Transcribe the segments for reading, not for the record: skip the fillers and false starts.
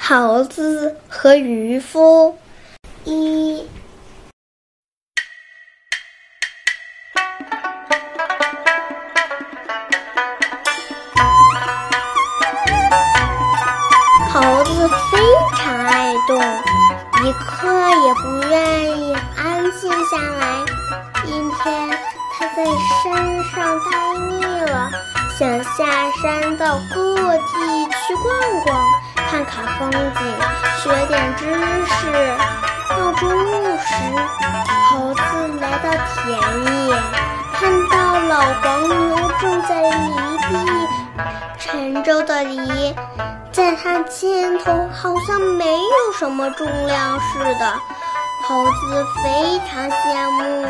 猴子和渔夫。一，猴子非常爱动，一刻也不愿意安静下来。今天他在山上待腻了，想下山到各地去逛逛，看看风景，学点知识。到中午时，猴子来到田野，看到老黄牛正在犁地，沉重的犁在他肩头好像没有什么重量似的，猴子非常羡慕。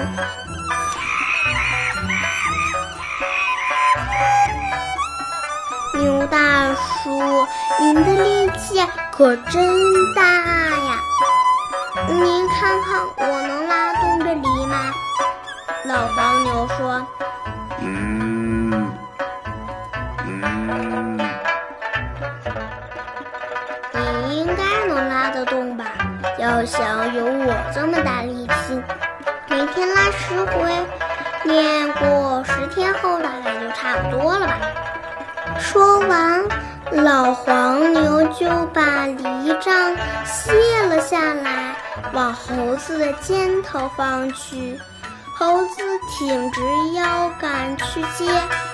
牛大叔，您的力气可真大呀！您看看我能拉动这犁吗？老黄牛说：你应该能拉得动吧？要想有我这么大力气，每天拉10回，练过10天后大概就差不多了吧。说完，老黄牛就把犁杖卸了下来，往猴子的肩头放去。猴子挺直腰杆去接，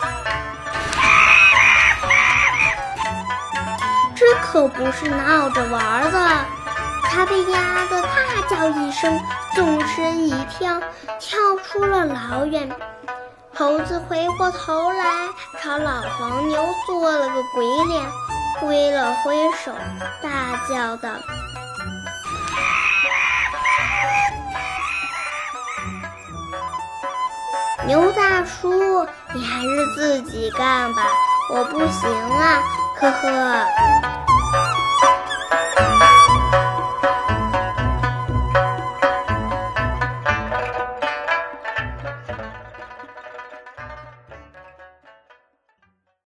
这可不是闹着玩的。他被压得大叫一声，纵身一跳，跳出了老远。猴子回过头来，朝老黄牛做了个鬼脸，挥了挥手，大叫道：牛大叔，你还是自己干吧，我不行啊，呵呵。